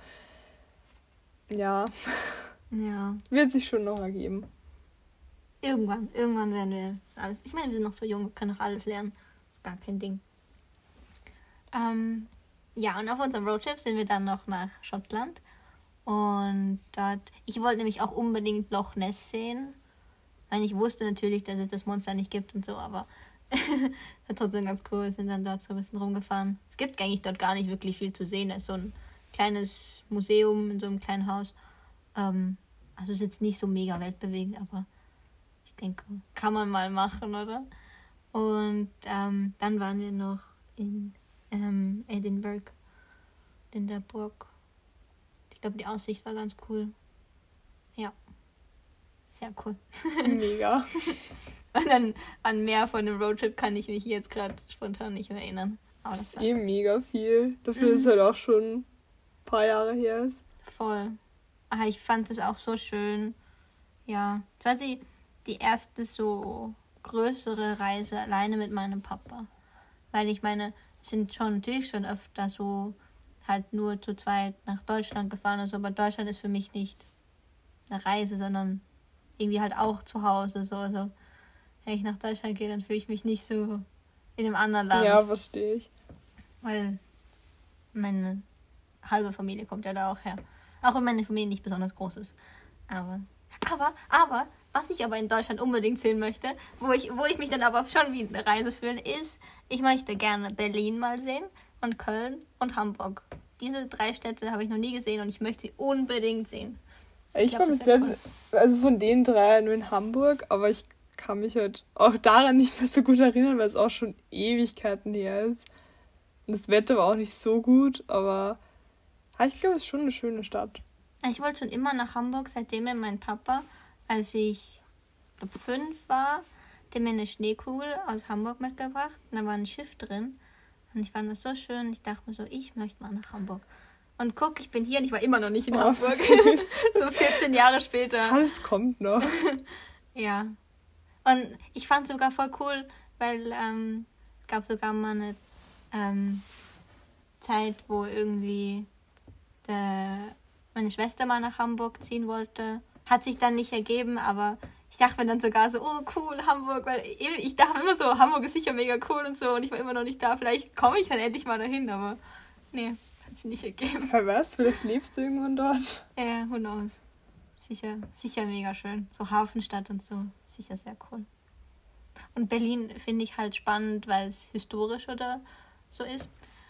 ja. Wird sich schon noch ergeben. Irgendwann werden wir das alles. Ich meine, wir sind noch so jung, wir können noch alles lernen. Das ist gar kein Ding. Ja, und auf unserem Roadtrip sind wir dann noch nach Schottland. Und dort, ich wollte nämlich auch unbedingt Loch Ness sehen. Ich meine, ich wusste natürlich, dass es das Monster nicht gibt und so, aber war trotzdem ganz cool. Wir sind dann dort so ein bisschen rumgefahren. Es gibt eigentlich dort gar nicht wirklich viel zu sehen. Es ist so ein kleines Museum in so einem kleinen Haus. Also es ist jetzt nicht so mega weltbewegend, aber ich denke, kann man mal machen, oder? Und dann waren wir noch in Edinburgh, in der Burg. Ich glaube, die Aussicht war ganz cool. Ja, sehr cool. Mega. Und dann an mehr von dem Roadtrip kann ich mich jetzt gerade spontan nicht mehr erinnern. Aber das ist eben mega viel. Dafür ist es halt auch schon ein paar Jahre her ist. Voll. Aber ich fand es auch so schön. Ja, es war die erste so größere Reise alleine mit meinem Papa. Weil ich meine, wir sind natürlich schon öfter so halt nur zu zweit nach Deutschland gefahren und so, aber Deutschland ist für mich nicht eine Reise, sondern irgendwie halt auch zu Hause. So. Also, wenn ich nach Deutschland gehe, dann fühle ich mich nicht so in einem anderen Land. Ja, verstehe ich. Weil meine halbe Familie kommt ja da auch her. Auch wenn meine Familie nicht besonders groß ist. Aber was ich aber in Deutschland unbedingt sehen möchte, wo ich mich dann aber schon wie eine Reise fühle, ist, ich möchte gerne Berlin mal sehen und Köln und Hamburg. Diese 3 Städte habe ich noch nie gesehen und ich möchte sie unbedingt sehen. Ich war bis jetzt, also von den 3 nur in Hamburg, aber ich kann mich halt auch daran nicht mehr so gut erinnern, weil es auch schon Ewigkeiten her ist. Und das Wetter war auch nicht so gut, aber ich glaube, es ist schon eine schöne Stadt. Ich wollte schon immer nach Hamburg, seitdem mir mein Papa, als ich glaube 5 war, der mir eine Schneekugel aus Hamburg mitgebracht. Und da war ein Schiff drin. Und ich fand das so schön. Ich dachte mir so, ich möchte mal nach Hamburg. Und guck, ich bin hier und ich war immer noch nicht in Hamburg. So 14 Jahre später. Alles kommt noch. Ja. Und ich fand es sogar voll cool, weil es gab sogar mal eine Zeit, wo irgendwie meine Schwester mal nach Hamburg ziehen wollte. Hat sich dann nicht ergeben, aber ich dachte mir dann sogar so, oh cool, Hamburg, weil ich dachte immer so, Hamburg ist sicher mega cool und so und ich war immer noch nicht da. Vielleicht komme ich dann endlich mal dahin, aber nee, hat sich nicht ergeben. Wer weiß, vielleicht lebst du irgendwann dort. Ja, who knows. Sicher mega schön. So Hafenstadt und so, sicher sehr cool. Und Berlin finde ich halt spannend, weil es historisch oder so ist.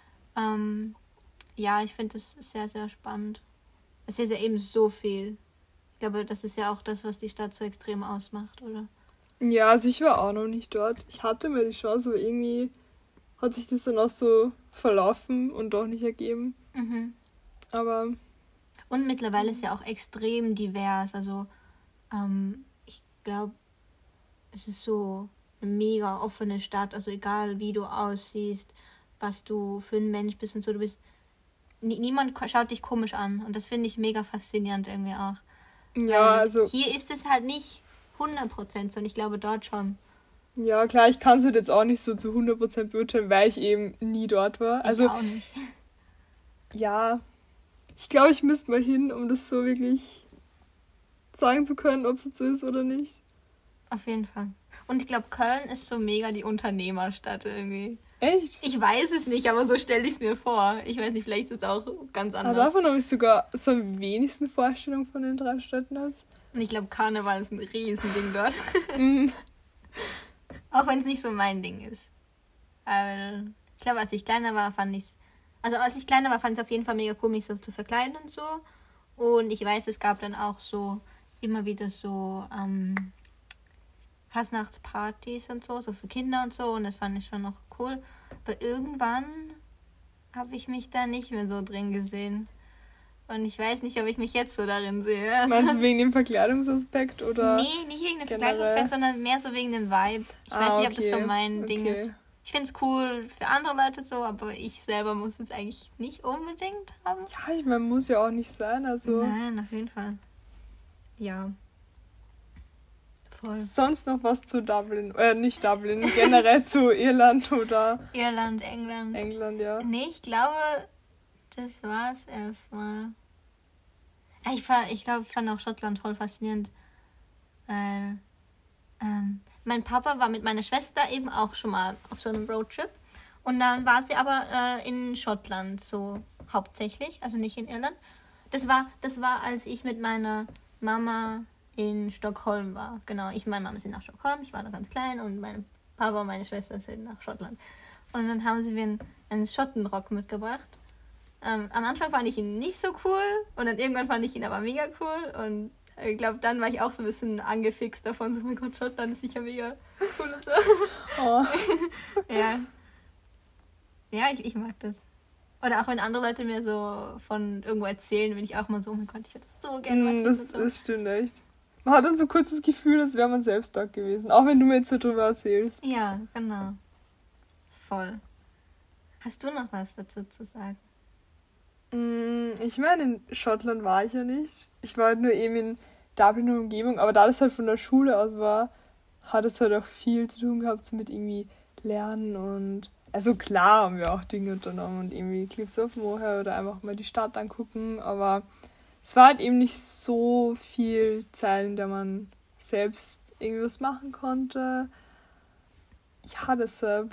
Ja, ich finde es sehr, sehr spannend. Es ist ja eben so viel. Ich glaube, das ist ja auch das, was die Stadt so extrem ausmacht, oder? Ja, also ich war auch noch nicht dort. Ich hatte mir die Chance, aber irgendwie hat sich das dann auch so verlaufen und doch nicht ergeben. Mhm. Aber Und mittlerweile ist ja auch extrem divers. Also ich glaube, es ist so eine mega offene Stadt. Also egal, wie du aussiehst, was du für ein Mensch bist und so, du bist... Niemand schaut dich komisch an. Und das finde ich mega faszinierend irgendwie auch. ja, Weil also... hier ist es halt nicht 100%, sondern ich glaube dort schon. Ja, klar, ich kann es jetzt auch nicht so zu 100% beurteilen, weil ich eben nie dort war. Also, Ich auch nicht. ja, ich glaube, ich müsste mal hin, um das so wirklich sagen zu können, ob es jetzt so ist oder nicht. Auf jeden Fall. Und ich glaube, Köln ist so mega die Unternehmerstadt irgendwie. Echt? Ich weiß es nicht, aber so stelle ich es mir vor. Ich weiß nicht, vielleicht ist es auch ganz Aber anders. davon habe ich sogar so am wenigsten Vorstellung von den 3 Städten jetzt. Und ich glaube, Karneval ist ein Riesending dort. Mhm. Auch wenn es nicht so mein Ding ist. Aber ich glaube, als ich kleiner war, fand ich es... Also als ich kleiner war, fand ich es auf jeden Fall mega cool, mich so zu verkleiden und so. Und ich weiß, es gab dann auch so immer wieder so Fastnachtspartys und so für Kinder und so. Und das fand ich schon noch cool. Aber irgendwann habe ich mich da nicht mehr so drin gesehen. Und ich weiß nicht, ob ich mich jetzt so darin sehe. Also, Meinst du wegen dem Verkleidungsaspekt oder? nee, nicht wegen dem generell? Vergleichsaspekt, sondern mehr so wegen dem Vibe. Ich weiß nicht, ob das so okay. mein Ding Okay. ist. Ich finde es cool für andere Leute so, aber ich selber muss es eigentlich nicht unbedingt haben. Ja, ich meine, muss ja auch nicht sein, also. Nein, auf jeden Fall. Ja. Voll. Sonst noch was zu Dublin, nicht Dublin, generell zu Irland oder Irland, England. England, ja. Nee, ich glaube, das war's erstmal. Ich glaube, ich fand auch Schottland voll faszinierend. Weil mein Papa war mit meiner Schwester eben auch schon mal auf so einem Roadtrip. Und dann war sie aber in Schottland so hauptsächlich, also nicht in Irland. Das war, als ich mit meiner Mama in Stockholm war. Genau, ich und meine Mama sind nach Stockholm, ich war da ganz klein und mein Papa und meine Schwester sind nach Schottland. Und dann haben sie mir einen Schottenrock mitgebracht. Am Anfang fand ich ihn nicht so cool und dann irgendwann fand ich ihn aber mega cool und ich glaube, dann war ich auch so ein bisschen angefixt davon, so, mein Gott, Schottland ist sicher mega cool und so. Oh. Ja. Ja, ich mag das. Oder auch wenn andere Leute mir so von irgendwo erzählen, bin ich auch mal so, oh mein Gott, ich würde das so gerne machen. Das stimmt echt. Man hat dann so kurz das Gefühl, als wäre man selbst dort gewesen. Auch wenn du mir jetzt so drüber erzählst. Ja, genau. Voll. Hast du noch was dazu zu sagen? Ich meine, in Schottland war ich ja nicht. Ich war halt nur eben in Dublin und Umgebung, aber da das halt von der Schule aus war, hat es halt auch viel zu tun gehabt so mit irgendwie Lernen und... Also klar haben wir auch Dinge unternommen und irgendwie Cliffs of Moher oder einfach mal die Stadt angucken, aber es war halt eben nicht so viel Zeit, in der man selbst irgendwas machen konnte. Ja, deshalb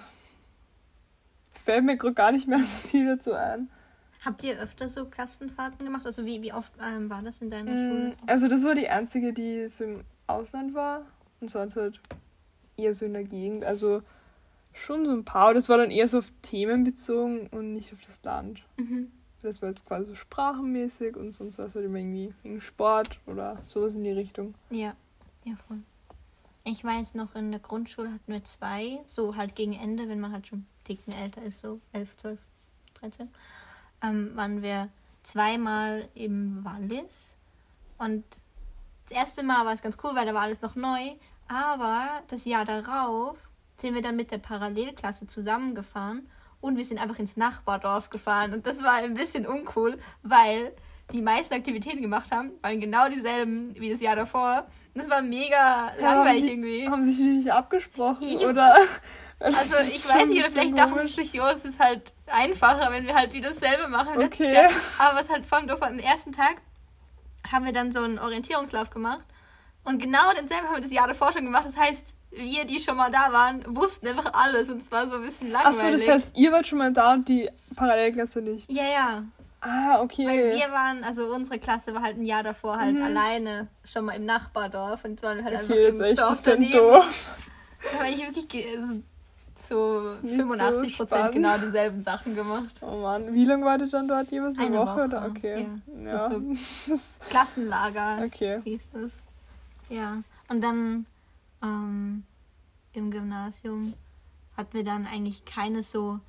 fällt mir gerade gar nicht mehr so viel dazu ein. Habt ihr öfter so Klassenfahrten gemacht? Also wie oft war das in deiner Schule? Also das war die einzige, die so im Ausland war und sonst halt eher so in der Gegend. Also schon so ein paar, aber das war dann eher so auf Themen bezogen und nicht auf das Land. Mhm. Das war jetzt quasi so sprachenmäßig und sonst war es halt immer irgendwie wegen Sport oder sowas in die Richtung. Ja, voll. Ich weiß noch, in der Grundschule hatten wir 2, so halt gegen Ende, wenn man halt schon einen Ticken älter ist, so 11, 12, 13, waren wir 2-mal im Wallis. Und das erste Mal war es ganz cool, weil da war alles noch neu, aber das Jahr darauf sind wir dann mit der Parallelklasse zusammengefahren und wir sind einfach ins Nachbardorf gefahren. Und das war ein bisschen uncool, weil die meisten Aktivitäten gemacht haben, waren genau dieselben wie das Jahr davor. Und das war mega langweilig irgendwie. Haben sich nicht abgesprochen, oder? Also ich weiß nicht, oder vielleicht dachten sie sich, es ist halt einfacher, wenn wir halt wieder dasselbe machen wie letztes Okay. Jahr. Aber was halt vor allem doof war, am ersten Tag haben wir dann so einen Orientierungslauf gemacht. Und genau denselben haben wir das Jahr davor schon gemacht. Das heißt, wir, die schon mal da waren, wussten einfach alles. Und es war so ein bisschen langweilig. Achso, das heißt, ihr wart schon mal da und die Parallelklasse nicht? Ja. Ah, okay. Weil wir waren, also unsere Klasse war halt ein Jahr davor halt alleine schon mal im Nachbardorf. Und zwar halt einfach Okay, im das ist echt Dorf ein bisschen daneben. doof. Da habe ich wirklich zu Nicht 85% so spannend. genau dieselben Sachen gemacht. Oh Mann, wie lange war das dann dort jeweils? Eine Woche? Oder? Okay. Ja. Ja. So Klassenlager Okay. hieß es. Ja. Und dann im Gymnasium hatten wir dann eigentlich keine so,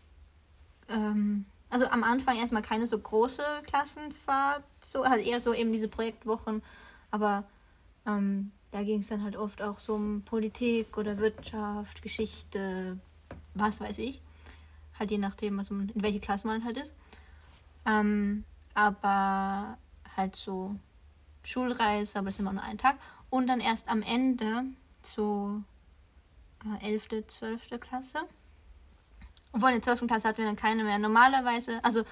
also am Anfang erstmal keine so große Klassenfahrt, so, also eher so eben diese Projektwochen, aber da ging es dann halt oft auch so um Politik oder Wirtschaft, Geschichte, was weiß ich. Halt je nachdem, in welche Klasse man halt ist. Aber halt so Schulreise, aber das ist immer nur ein Tag. Und dann erst am Ende, so 11., 12. Klasse. Obwohl in der 12. Klasse hatten wir dann keine mehr. Normalerweise, also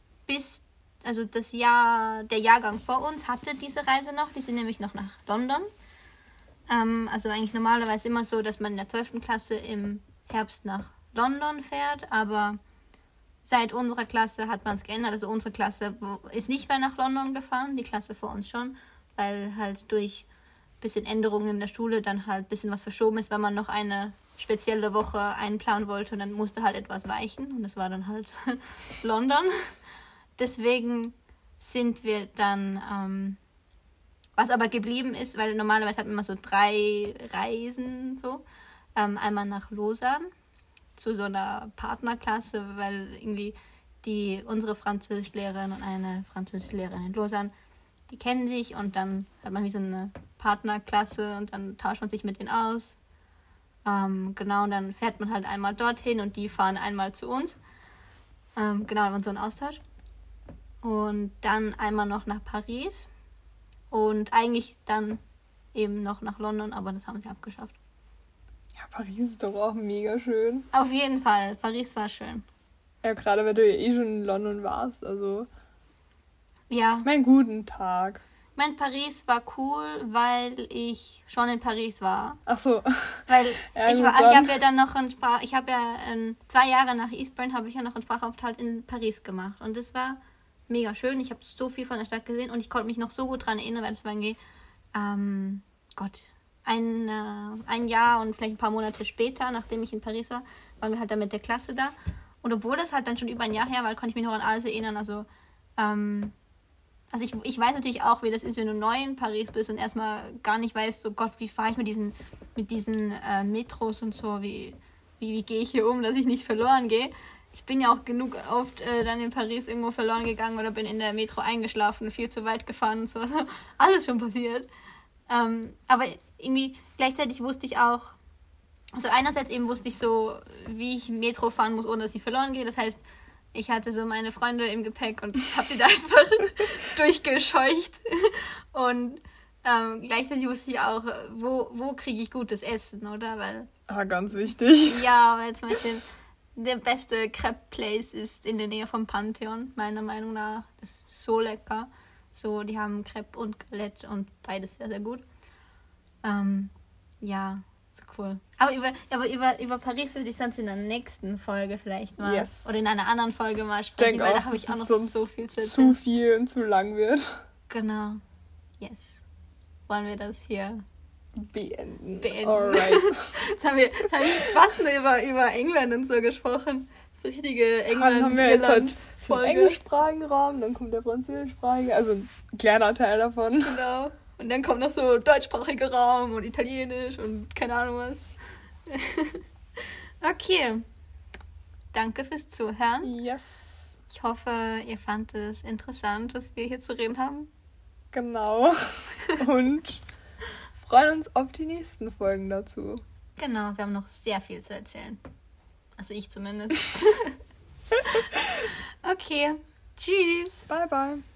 der Jahrgang vor uns hatte diese Reise noch. Die sind nämlich noch nach London. Also eigentlich normalerweise immer so, dass man in der 12. Klasse im Herbst nach London fährt, aber seit unserer Klasse hat man es geändert. Also unsere Klasse ist nicht mehr nach London gefahren, die Klasse vor uns schon, weil halt durch ein bisschen Änderungen in der Schule dann halt ein bisschen was verschoben ist, weil man noch eine spezielle Woche einplanen wollte und dann musste halt etwas weichen und das war dann halt London. Deswegen sind wir dann, was aber geblieben ist, weil normalerweise hat man immer so 3 Reisen, so, einmal nach Lausanne, zu so einer Partnerklasse, weil irgendwie unsere Französischlehrerin und eine Französischlehrerin in Lausanne, die kennen sich und dann hat man wie so eine Partnerklasse und dann tauscht man sich mit denen aus. Genau, und dann fährt man halt einmal dorthin und die fahren einmal zu uns. Genau, und so ein Austausch. Und dann einmal noch nach Paris und eigentlich dann eben noch nach London, aber das haben sie abgeschafft. Ja, Paris ist doch auch mega schön. Auf jeden Fall, Paris war schön. Ja, gerade wenn du ja eh schon in London warst, also... Ja. Mein guten Tag. Ich meine, Paris war cool, weil ich schon in Paris war. Ach so. Weil ich habe ja dann noch 2 Jahre nach Eastbourne habe ich ja noch einen Sprachaufenthalt in Paris gemacht. Und das war mega schön. Ich habe so viel von der Stadt gesehen und ich konnte mich noch so gut dran erinnern, weil das war irgendwie, ein Jahr und vielleicht ein paar Monate später, nachdem ich in Paris war, waren wir halt dann mit der Klasse da. Und obwohl das halt dann schon über ein Jahr her war, konnte ich mich noch an alles erinnern. Also ich weiß natürlich auch, wie das ist, wenn du neu in Paris bist und erstmal gar nicht weißt, so Gott, wie fahre ich mit diesen Metros und so, wie gehe ich hier um, dass ich nicht verloren gehe. Ich bin ja auch genug oft dann in Paris irgendwo verloren gegangen oder bin in der Metro eingeschlafen, viel zu weit gefahren und so. Also alles schon passiert. Aber irgendwie gleichzeitig wusste ich auch, also einerseits eben wusste ich so, wie ich Metro fahren muss, ohne dass ich verloren gehe. Das heißt, ich hatte so meine Freunde im Gepäck und habe die da einfach durchgescheucht. Und gleichzeitig wusste ich auch, wo kriege ich gutes Essen, oder? Weil, ganz wichtig. Ja, weil zum Beispiel der beste Crepe-Place ist in der Nähe vom Pantheon, meiner Meinung nach. Das ist so lecker. So, die haben Crepe und Galette und beides sehr, sehr gut. Ja, ist cool. Aber über Paris würde ich sonst in der nächsten Folge vielleicht mal oder in einer anderen Folge mal sprechen, weil da habe ich auch noch so viel zu erzählen. Zu viel und zu lang wird. Genau. Yes. Wollen wir das hier beenden. Alright. Jetzt habe ich fast nur über England und so gesprochen. So richtige England. Haben wir jetzt halt den englischsprachigen Raum, dann kommt der französischsprachige, also ein kleiner Teil davon. Genau. Und dann kommt noch so deutschsprachiger Raum und Italienisch und keine Ahnung was. Okay. Danke fürs Zuhören. Yes. Ich hoffe, ihr fandet es interessant, was wir hier zu reden haben. Genau. Und freuen uns auf die nächsten Folgen dazu. Genau, wir haben noch sehr viel zu erzählen. Also ich zumindest. Okay. Tschüss. Bye, bye.